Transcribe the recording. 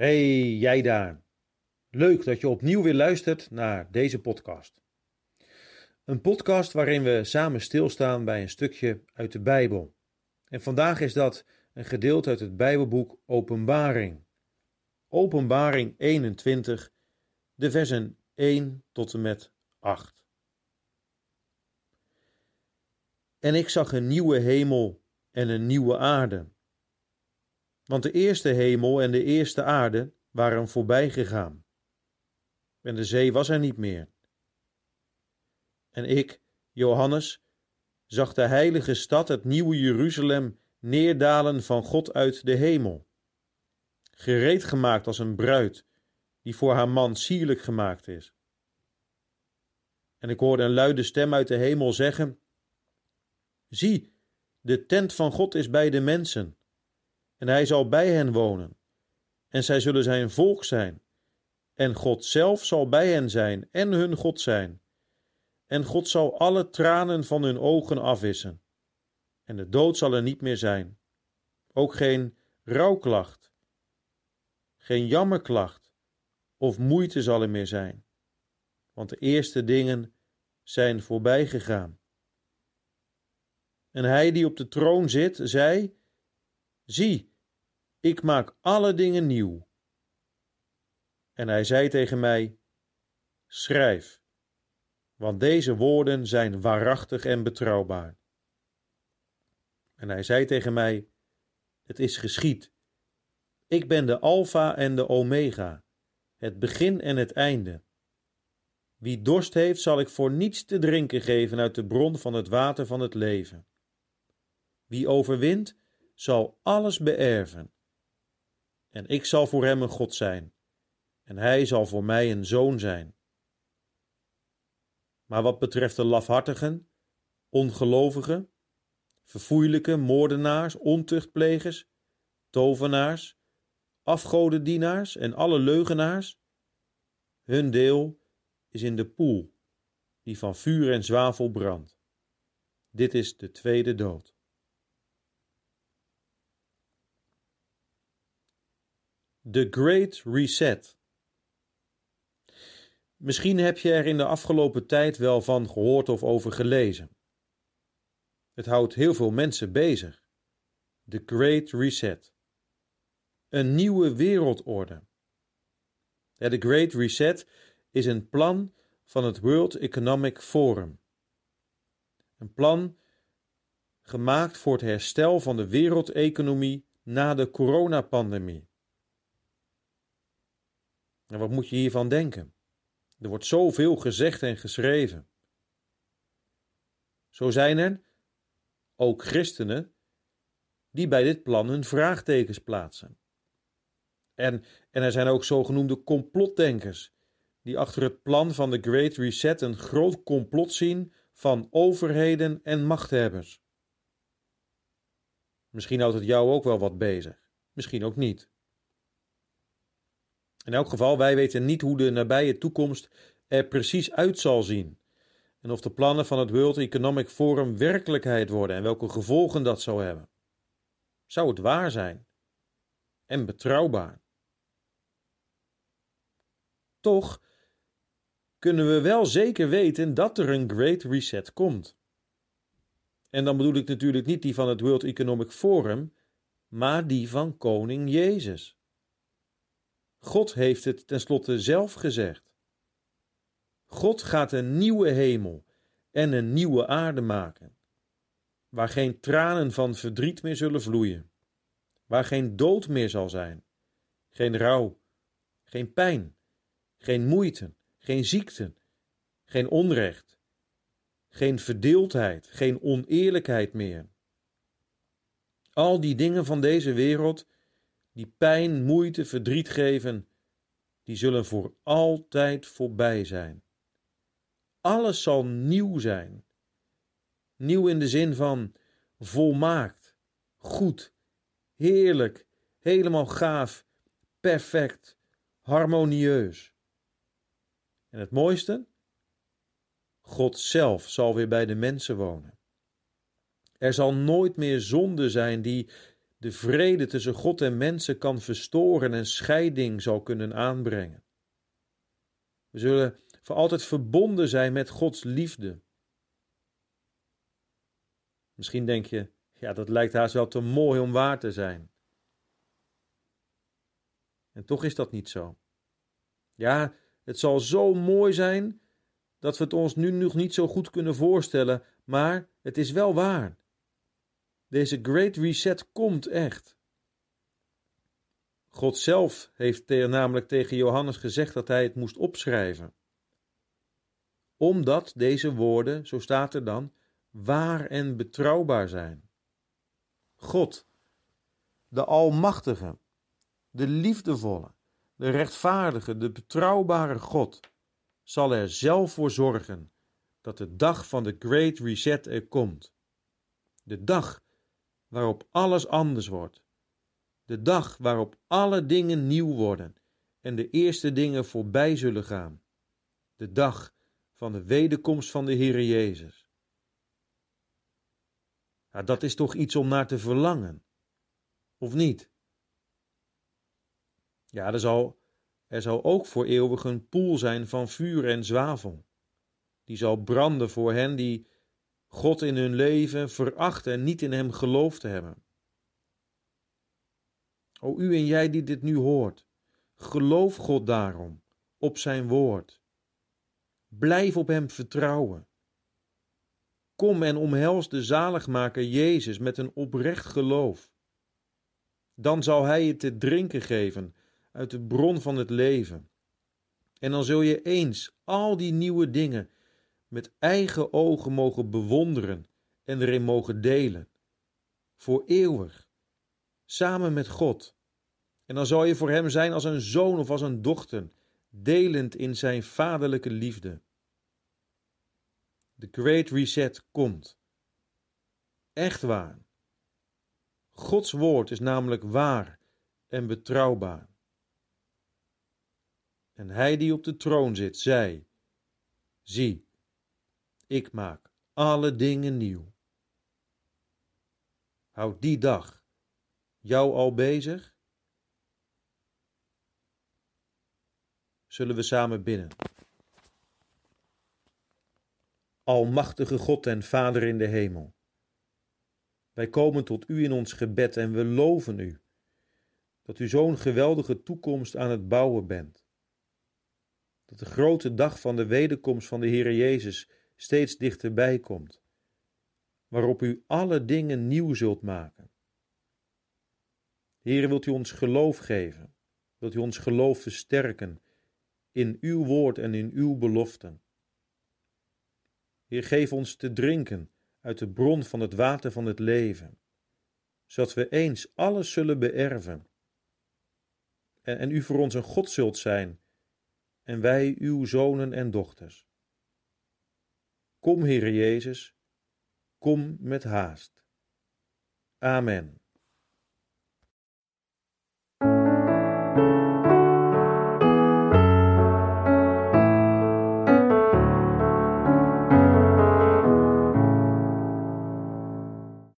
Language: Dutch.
Hey, jij daar. Leuk dat je opnieuw weer luistert naar deze podcast. Een podcast waarin we samen stilstaan bij een stukje uit de Bijbel. En vandaag is dat een gedeelte uit het Bijbelboek Openbaring. Openbaring 21, de versen 1 tot en met 8. En ik zag een nieuwe hemel en een nieuwe aarde. Want de eerste hemel en de eerste aarde waren voorbij gegaan. En de zee was er niet meer. En ik, Johannes, zag de heilige stad, het nieuwe Jeruzalem, neerdalen van God uit de hemel. Gereed gemaakt als een bruid, die voor haar man sierlijk gemaakt is. En ik hoorde een luide stem uit de hemel zeggen: Zie, de tent van God is bij de mensen, en hij zal bij hen wonen, en zij zullen zijn volk zijn, en God zelf zal bij hen zijn en hun God zijn. En God zal alle tranen van hun ogen afwissen. En de dood zal er niet meer zijn. Ook geen rouwklacht, geen jammerklacht of moeite zal er meer zijn. Want de eerste dingen zijn voorbij gegaan. En hij die op de troon zit, zei: Zie, ik maak alle dingen nieuw. En hij zei tegen mij: Schrijf, want deze woorden zijn waarachtig en betrouwbaar. En hij zei tegen mij: Het is geschied. Ik ben de Alfa en de Omega, het begin en het einde. Wie dorst heeft, zal ik voor niets te drinken geven uit de bron van het water van het leven. Wie overwint, zal alles beërven. En ik zal voor hem een God zijn, en hij zal voor mij een zoon zijn. Maar wat betreft de lafhartigen, ongelovigen, verfoeilijke, moordenaars, ontuchtplegers, tovenaars, afgodendienaars en alle leugenaars, hun deel is in de poel, die van vuur en zwavel brandt. Dit is de tweede dood. The Great Reset. Misschien heb je er in de afgelopen tijd wel van gehoord of over gelezen. Het houdt heel veel mensen bezig. The Great Reset. Een nieuwe wereldorde. The Great Reset is een plan van het World Economic Forum. Een plan gemaakt voor het herstel van de wereldeconomie na de coronapandemie. En wat moet je hiervan denken? Er wordt zoveel gezegd en geschreven. Zo zijn er ook christenen die bij dit plan hun vraagtekens plaatsen. En er zijn ook zogenoemde complotdenkers die achter het plan van de Great Reset een groot complot zien van overheden en machthebbers. Misschien houdt het jou ook wel wat bezig, misschien ook niet. In elk geval, wij weten niet hoe de nabije toekomst er precies uit zal zien en of de plannen van het World Economic Forum werkelijkheid worden en welke gevolgen dat zou hebben. Zou het waar zijn en betrouwbaar? Toch kunnen we wel zeker weten dat er een Great Reset komt. En dan bedoel ik natuurlijk niet die van het World Economic Forum, maar die van koning Jezus. God heeft het tenslotte zelf gezegd. God gaat een nieuwe hemel en een nieuwe aarde maken, waar geen tranen van verdriet meer zullen vloeien, waar geen dood meer zal zijn, geen rouw, geen pijn, geen moeite, geen ziekte, geen onrecht, geen verdeeldheid, geen oneerlijkheid meer. Al die dingen van deze wereld die pijn, moeite, verdriet geven, die zullen voor altijd voorbij zijn. Alles zal nieuw zijn. Nieuw in de zin van volmaakt, goed, heerlijk, helemaal gaaf, perfect, harmonieus. En het mooiste? God zelf zal weer bij de mensen wonen. Er zal nooit meer zonde zijn die de vrede tussen God en mensen kan verstoren en scheiding zal kunnen aanbrengen. We zullen voor altijd verbonden zijn met Gods liefde. Misschien denk je, ja, dat lijkt haast wel te mooi om waar te zijn. En toch is dat niet zo. Ja, het zal zo mooi zijn dat we het ons nu nog niet zo goed kunnen voorstellen, maar het is wel waar. Deze Great Reset komt echt. God zelf heeft namelijk tegen Johannes gezegd dat hij het moest opschrijven. Omdat deze woorden, zo staat er dan, waar en betrouwbaar zijn. God, de Almachtige, de liefdevolle, de rechtvaardige, de betrouwbare God, zal er zelf voor zorgen dat de dag van de Great Reset er komt. De dag waarop alles anders wordt. De dag waarop alle dingen nieuw worden en de eerste dingen voorbij zullen gaan. De dag van de wederkomst van de Heere Jezus. Ja, dat is toch iets om naar te verlangen, of niet? Ja, er zal ook voor eeuwig een poel zijn van vuur en zwavel. Die zal branden voor hen die God in hun leven verachten en niet in hem geloofd hebben. O u en jij die dit nu hoort, geloof God daarom, op zijn woord. Blijf op hem vertrouwen. Kom en omhels de zaligmaker Jezus met een oprecht geloof. Dan zal hij je te drinken geven uit de bron van het leven. En dan zul je eens al die nieuwe dingen met eigen ogen mogen bewonderen en erin mogen delen. Voor eeuwig, samen met God. En dan zal je voor hem zijn als een zoon of als een dochter, delend in zijn vaderlijke liefde. De Great Reset komt. Echt waar. Gods woord is namelijk waar en betrouwbaar. En hij die op de troon zit, zei: zie, ik maak alle dingen nieuw. Houdt die dag jou al bezig? Zullen we samen bidden? Almachtige God en Vader in de hemel, wij komen tot u in ons gebed en we loven u, dat u zo'n geweldige toekomst aan het bouwen bent. Dat de grote dag van de wederkomst van de Heere Jezus steeds dichterbij komt, waarop u alle dingen nieuw zult maken. Heere, wilt u ons geloof geven, wilt u ons geloof versterken in uw woord en in uw beloften. Heer, geef ons te drinken uit de bron van het water van het leven, zodat we eens alles zullen beërven en u voor ons een God zult zijn en wij uw zonen en dochters. Kom, Heere Jezus, kom met haast. Amen.